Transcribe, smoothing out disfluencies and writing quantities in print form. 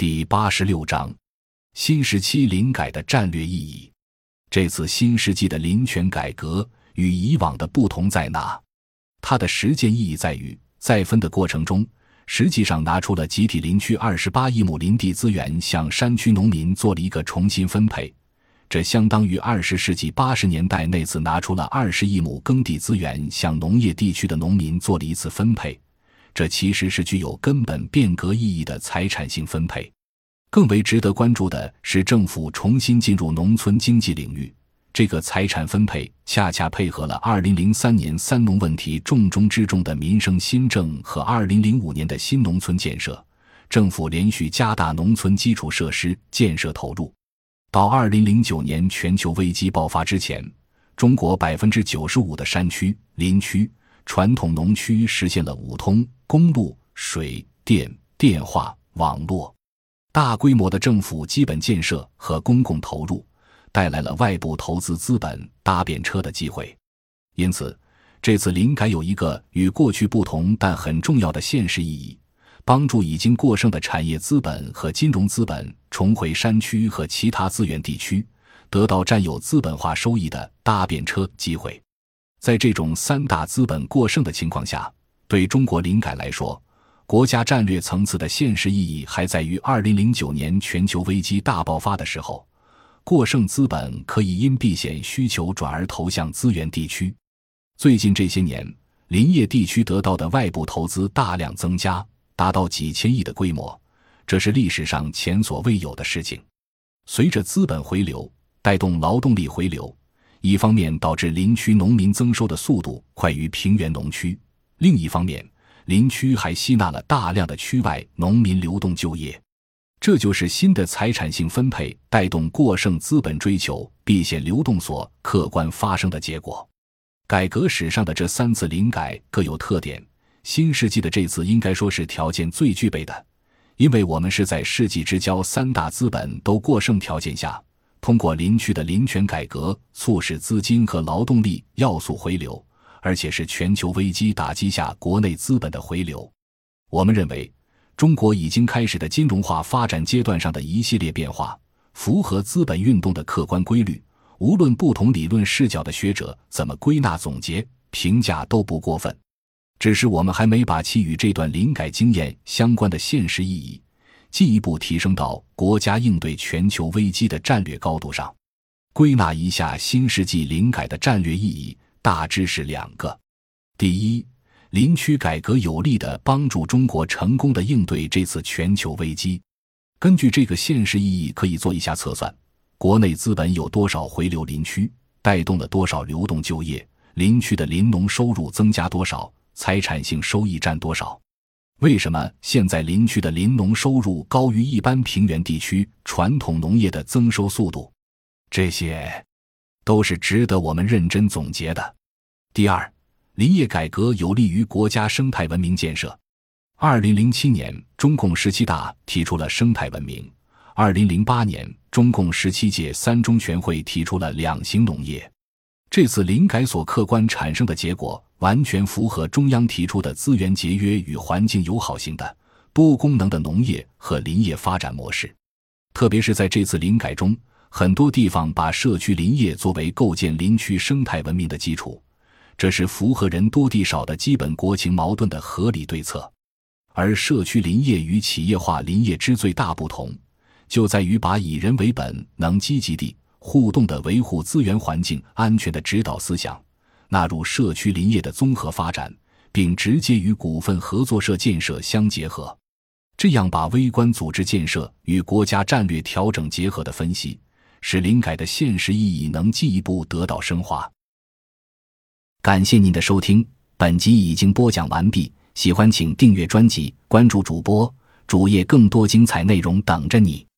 第86章新时期林改的战略意义。这次新世纪的林权改革与以往的不同在哪？它的实践意义在于，在分的过程中，实际上拿出了集体林区28亿亩林地资源，向山区农民做了一个重新分配，这相当于20世纪80年代那次拿出了20亿亩耕地资源，向农业地区的农民做了一次分配。这其实是具有根本变革意义的财产性分配。更为值得关注的是，政府重新进入农村经济领域，这个财产分配恰恰配合了2003年三农问题重中之重的民生新政和2005年的新农村建设，政府连续加大农村基础设施建设投入。到2009年全球危机爆发之前，中国 95% 的山区、林区、传统农区实现了五通、公路、水电、电话、网络。大规模的政府基本建设和公共投入带来了外部投资资本搭便车的机会。因此，这次林改有一个与过去不同但很重要的现实意义，帮助已经过剩的产业资本和金融资本重回山区和其他资源地区，得到占有资本化收益的搭便车机会。在这种三大资本过剩的情况下，对中国林改来说，国家战略层次的现实意义还在于2009年全球危机大爆发的时候，过剩资本可以因避险需求转而投向资源地区。最近这些年，林业地区得到的外部投资大量增加，达到几千亿的规模，这是历史上前所未有的事情。随着资本回流，带动劳动力回流，一方面导致林区农民增收的速度快于平原农区，另一方面，林区还吸纳了大量的区外农民流动就业。这就是新的财产性分配带动过剩资本追求避险流动所客观发生的结果。改革史上的这三次林改各有特点，新世纪的这次应该说是条件最具备的，因为我们是在世纪之交三大资本都过剩条件下，通过林区的林权改革促使资金和劳动力要素回流，而且是全球危机打击下国内资本的回流。我们认为，中国已经开始的金融化发展阶段上的一系列变化，符合资本运动的客观规律，无论不同理论视角的学者怎么归纳总结、评价都不过分。只是我们还没把其与这段林改经验相关的现实意义进一步提升到国家应对全球危机的战略高度上。归纳一下新世纪林改的战略意义，大致是两个。第一，林区改革有力地帮助中国成功地应对这次全球危机。根据这个现实意义可以做一下测算，国内资本有多少回流林区，带动了多少流动就业，林区的林农收入增加多少，财产性收益占多少。为什么现在林区的林农收入高于一般平原地区传统农业的增收速度？这些都是值得我们认真总结的。第二，林业改革有利于国家生态文明建设。2007年，中共17大提出了生态文明；2008年，中共17届三中全会提出了两型农业。这次林改所客观产生的结果，完全符合中央提出的资源节约与环境友好型的多功能的农业和林业发展模式。特别是在这次林改中，很多地方把社区林业作为构建林区生态文明的基础，这是符合人多地少的基本国情矛盾的合理对策。而社区林业与企业化林业之最大不同，就在于把以人为本、能积极地互动的维护资源环境安全的指导思想纳入社区林业的综合发展，并直接与股份合作社建设相结合。这样把微观组织建设与国家战略调整结合的分析，使林改的现实意义能进一步得到升华。感谢您的收听，本集已经播讲完毕，喜欢请订阅专辑，关注主播，主页更多精彩内容等着你。